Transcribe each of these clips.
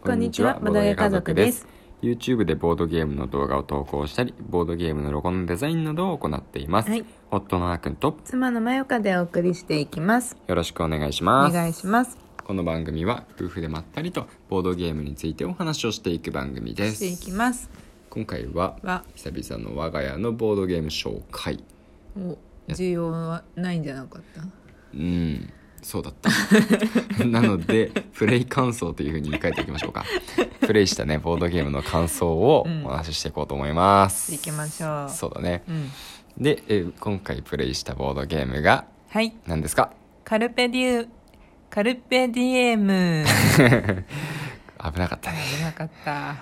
こんにちは、ボドゲ家族です。 YouTube でボードゲームの動画を投稿したり、ボードゲームのロゴのデザインなどを行っています、 はい、 夫のあーくんと妻のまよかでお送りしていきます。 よろしくお願いします。 お願いします。 この番組は夫婦でまったりとボードゲームについてお話をしていく番組です。 していきます。 今回は久々の我が家のボードゲーム紹介。 需要はないんじゃなかった？ そうだったなのでプレイ感想という風に言い換えていきましょうか。プレイしたねボードゲームの感想をお話ししていこうと思います。 いきましょう。 そうだね、で、今回プレイしたボードゲームが何ですか？ カルペディエム危なかったね。 危なかった、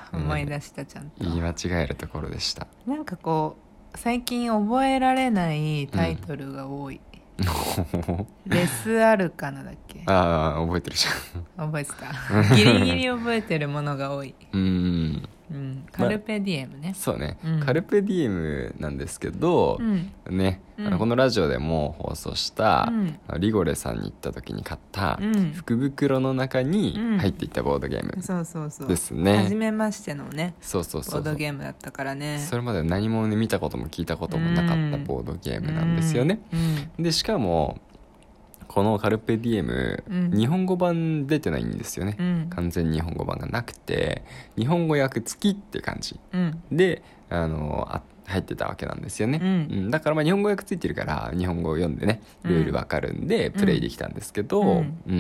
思い出した。ちゃんと言い間違えるところでした。 なんかこう最近覚えられないタイトルが多い、レスアルカナだっけ？ 覚えてるじゃん。覚えてた。ギリギリ覚えてるものが多い。カルペディエムね、 そうね、カルペディエムなんですけど、ね、このラジオでも放送した、リゴレさんに行った時に買った福袋の中に入っていたボードゲーム、そうですね。 初めましてのね、 ボードゲームだったからね。 それまで何も、見たことも聞いたこともなかったボードゲームなんですよね。でしかもこのカルペディエム、日本語版出てないんですよね、完全に日本語版がなくて日本語訳付きって感じ、で入ってたわけなんですよね、だから日本語訳付いてるから日本語を読んでねルールわかるんでプレイできたんですけど、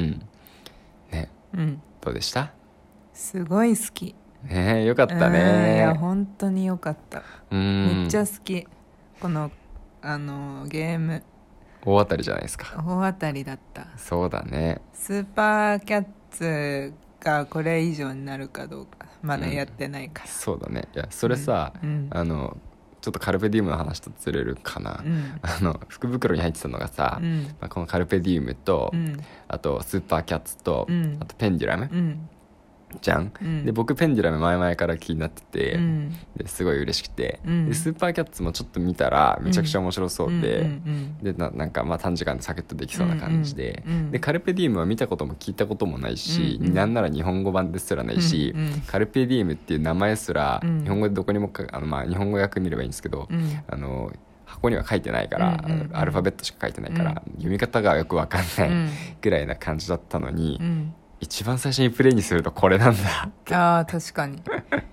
どうでした？ すごい好きね。よかったね。 いや本当によかった。めっちゃ好きこのゲーム。 大当たりじゃないですか。 大当たりだった。そうだね。 スーパーキャッツがこれ以上になるかどうかまだやってないから、 そうだね。いやそれさ、ちょっとカルペディウムの話とずれるかな、福袋に入ってたのがさ、このカルペディウムと、あとスーパーキャッツと、あとペンデュラム、じゃん、で僕ペンデュラム前々から気になってて、ですごい嬉しくて、でスーパーキャッツもちょっと見たらめちゃくちゃ面白そうで、でなんか短時間でサクッとできそうな感じで、でカルペディウムは見たことも聞いたこともないし、なんなら日本語版ですらないし、カルペディウムっていう名前すら日本語でどこにも日本語訳見ればいいんですけど、箱には書いてないから、アルファベットしか書いてないから、読み方がよく分かんないぐらいな感じだったのに、一番最初にプレイにするとこれなんだ。 確かに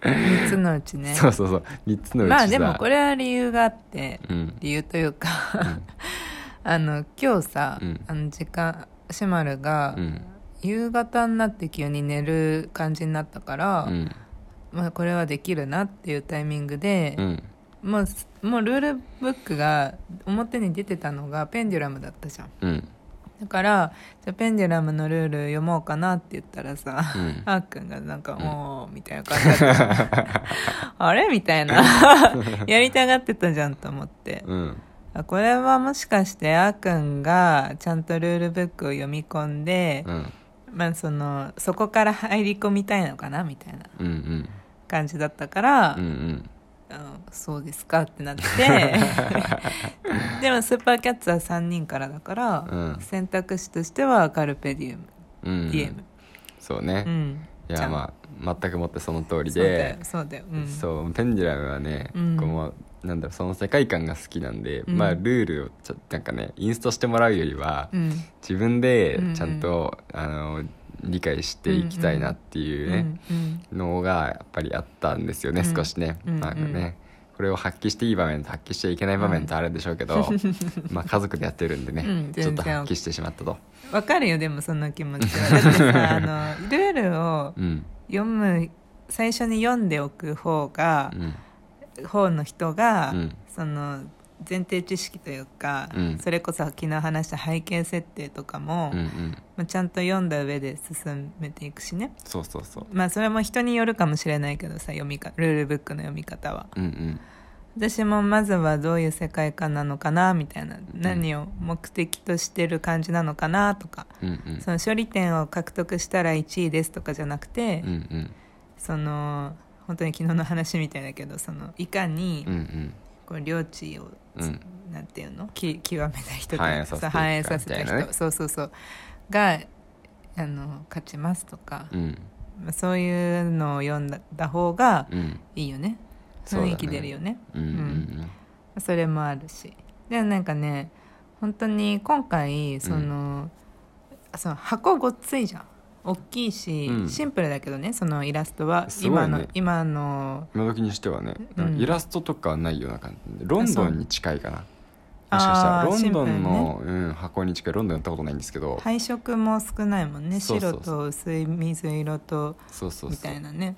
3つのうちね。 そう3つのうちさ。 でもこれは理由があって、理由というか今日さ、時間シマルが、夕方になって急に寝る感じになったから、これはできるなっていうタイミングで、もうルールブックが表に出てたのがペンデュラムだったじゃん、だからじゃあペンデュラムのルール読もうかなって言ったらさ、あーくんがなんかおーみたいな感じだったあれみたいなやりたがってたじゃんと思って、これはもしかしてあーくんがちゃんとルールブックを読み込んで、そこから入り込みたいのかなみたいな感じだったから、そうですかってなってでもスーパーキャッツは3人からだから、選択肢としてはカルペディウム、ディエム。 そうね、いや全くもってその通りで、 そうだよ、 ペンデュラムはね、その世界観が好きなんで、ルールをなんかねインストしてもらうよりは、自分でちゃんと、理解していきたいなっていうね、のがやっぱりあったんですよね、少しね。これを発揮していい場面と発揮しちゃいけない場面とあるでしょうけど、家族でやってるんでね、ちょっと発揮してしまったと。 わかるよでもその気持ちは。だってさルールを読む、最初に読んでおく方の人が、その前提知識というか、それこそ昨日話した背景設定とかも、ちゃんと読んだ上で進めていくしね。それも人によるかもしれないけどさ、ルールブックの読み方は、私もまずはどういう世界観なのかなみたいな、何を目的としてる感じなのかなとか、その処理点を獲得したら1位ですとかじゃなくて、その本当に昨日の話みたいだけど、そのいかに、こう領地を、なんていうの、極めた人とか反映させた人、そうが勝ちますとか、 そういうのを読んだ方がいいよね、雰囲気出るよね。それもあるし、でなんかね本当に今回その箱ごっついじゃん、大きいし、シンプルだけどね、そのイラストは、 ね、 今時にしてはね、イラストとかはないような感じで、ロンドンに近いかな、もしかしたらロンドンの、箱に近い。ロンドンやったことないんですけど、 配色も少ないもんね、白と薄い水色とみたいなね。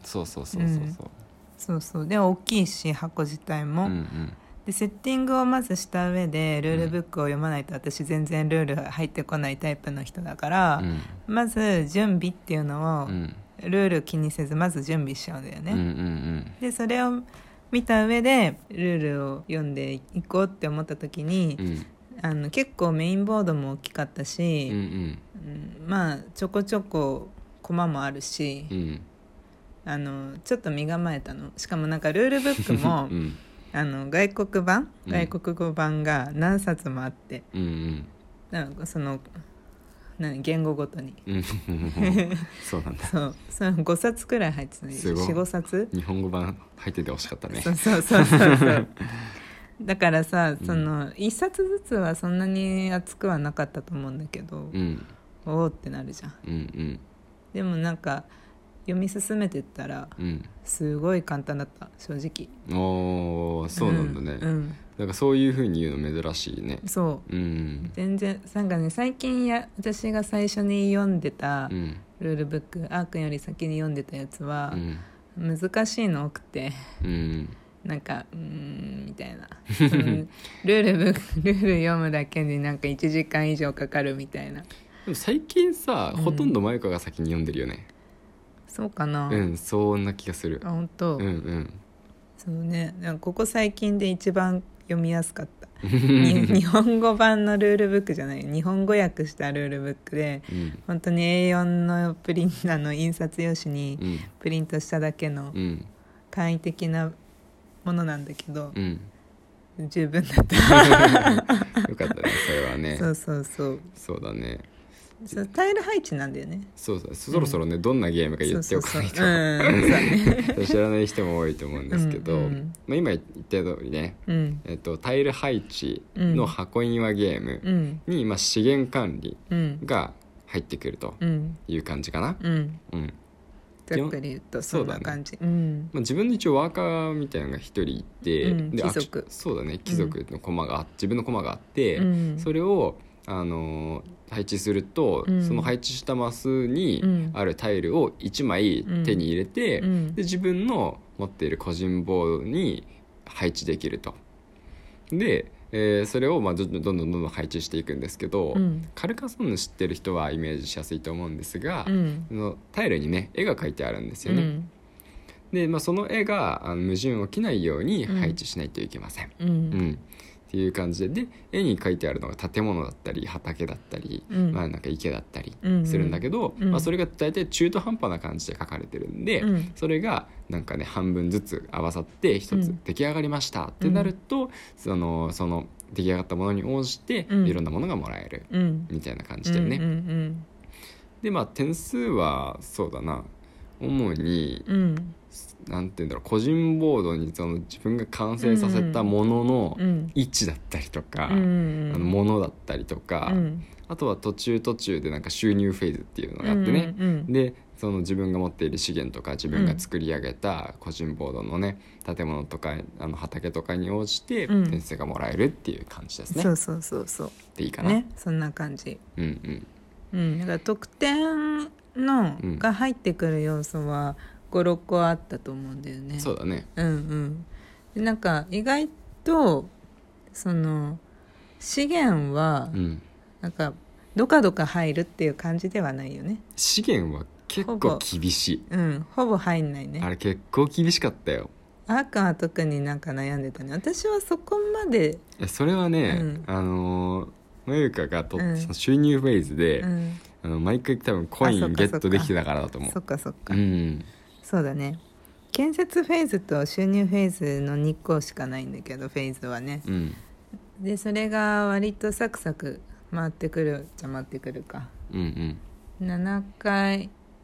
で大きいし箱自体も、でセッティングをまずした上でルールブックを読まないと、私全然ルール入ってこないタイプの人だから、まず準備っていうのを、ルール気にせずまず準備しちゃうんだよね、でそれを見た上でルールを読んでいこうって思った時に、結構メインボードも大きかったし、まあちょこちょこコマもあるし、ちょっと身構えたの。しかもなんかルールブックも、外国語版が何冊もあって、なんかその言語ごとにそうなんだ。 その5冊くらい入ってたんですよ。 4,5 冊日本語版入っててほしかったね。 そうだからさ、その1冊ずつはそんなに厚くはなかったと思うんだけど、おおってなるじゃん、でもなんか読み進めてったら、すごい簡単だった、正直。 そうなんだね、なんかそういう風に言うの珍しいね。 そう、全然なんかね、最近私が最初に読んでたルールブック、あーくんより先に読んでたやつは、難しいの多くて、なんかみたいなルール読むだけになんか1時間以上かかるみたいな。でも最近さ、ほとんどマユカが先に読んでるよね。 そうかな。 そんな気がする。 あ、本当。そうね、ここ最近で一番読みやすかった日本語版のルールブックじゃない、日本語訳したルールブックで、本当に A4 のプリンターの印刷用紙にプリントしただけの簡易的なものなんだけど、十分だったよかったね、それはね。そうだね。 タイル配置なんだよね。 そろそろね、どんなゲームか言っておかないと知らない人も多いと思うんですけど、今言った通りね、タイル配置の箱庭ゲームに今資源管理が入ってくるという感じかな。 ざっくり言うとそんな感じ。 自分の一応ワーカーみたいなのが一人いて、 貴族。 そうだね、貴族のコマが自分のコマがあって、それを配置すると、その配置したマスにあるタイルを1枚手に入れて、で自分の持っている個人ボードに配置できると。で、それをどんどん配置していくんですけど、カルカソンヌ知ってる人はイメージしやすいと思うんですが、そのタイルにね絵が描いてあるんですよね。で、その絵が矛盾を起きないように配置しないといけません。っていう感じで、絵に描いてあるのが建物だったり畑だったり、なんか池だったりするんだけど、それが大体中途半端な感じで描かれてるんで、それがなんかね半分ずつ合わさって一つ出来上がりましたってなると、その出来上がったものに応じていろんなものがもらえるみたいな感じだよね。で点数はそうだな、主に、なんていうんだろう、個人ボードにその自分が完成させたものの位置だったりとか、ものだったりとか、あとは途中でなんか収入フェーズっていうのがあってね、でその自分が持っている資源とか自分が作り上げた個人ボードのね建物とか畑とかに応じて点数がもらえるっていう感じですね。 そうでいいかな、 ね、そんな感じ。だから得点のが入ってくる要素は5、6個あったと思うんだよね。 そうだね。 でなんか意外とその資源はなんかどかどか入るっていう感じではないよね。 資源は結構厳しい。 ほぼ入んないね。 あれ結構厳しかったよ。 あーくんは特になんか悩んでたね。私はそこまで。 それはね、まゆかがその収入フェーズで、毎回多分コインゲットできてたからだと思う。 そっか、そうだね。建設フェーズと収入フェーズの2個しかないんだけど、フェーズはね、でそれが割とサクサク回ってくるじゃ回ってくるか、7回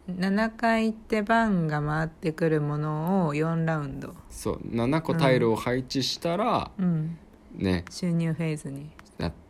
7回行って番が回ってくるものを4ラウンド、 そう7個タイルを配置したら、ね収入フェーズになって、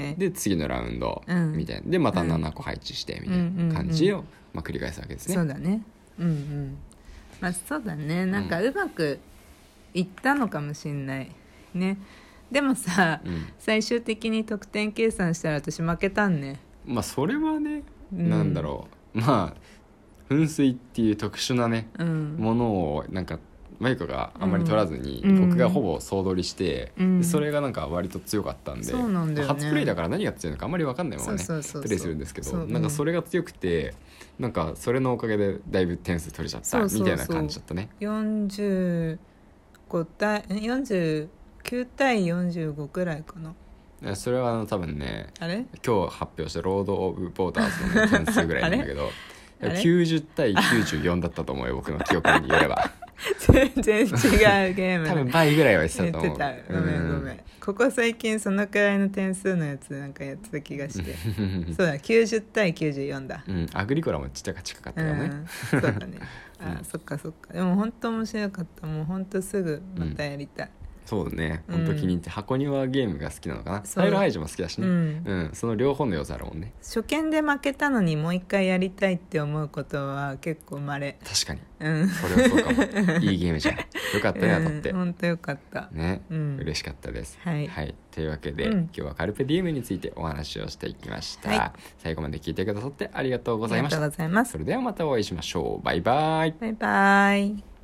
で次のラウンドみたいなでまた7個配置してみたいな感じを、繰り返すわけですね。 そうだね。まあそうだね。なんかうまくいったのかもしんないね。でもさ、最終的に得点計算したら私負けたんね。 まあそれはね、なんだろう、まあ噴水っていう特殊なね、ものをなんかマユカがあんまり取らずに、僕がほぼ総取りして、それがなんか割と強かったんで、 そうなんだよね、 初プレイだから何が強いのかあんまり分かんないままねプレイするんですけど、なんかそれが強くて、なんかそれのおかげでだいぶ点数取れちゃったみたいな感じだったね。 49対45くらいかな。 それは多分ね、 あれ今日発表したロード・オブ・ボーダーズの、ね、点数ぐらいなんだけど90対94だったと思うよ僕の記憶によれば全然違うゲーム多分倍ぐらいは言ってたと思う。 言ってた。ごめん、ここ最近そのくらいの点数のやつなんかやってた気がしてそうだ90対94だ。 アグリコラも近かったよね、 そうだね。そっかでも本当面白かった。もう本当すぐまたやりたい。 そうだね、本当気に入って、箱庭ゲームが好きなのかな。タイル排除も好きだしね、その両方の良さあるもんね。 初見で負けたのにもう一回やりたいって思うことは結構稀。 確かに、それはそうかもいいゲームじゃん。よかったね、当たって。 本当よかったね、嬉しかったです。 はい、 というわけで、今日はカルペディウムについてお話をしていきました、最後まで聞いてくださってありがとうございました。 ありがとうございます。 それではまたお会いしましょう。バイバイ。 バイバイ。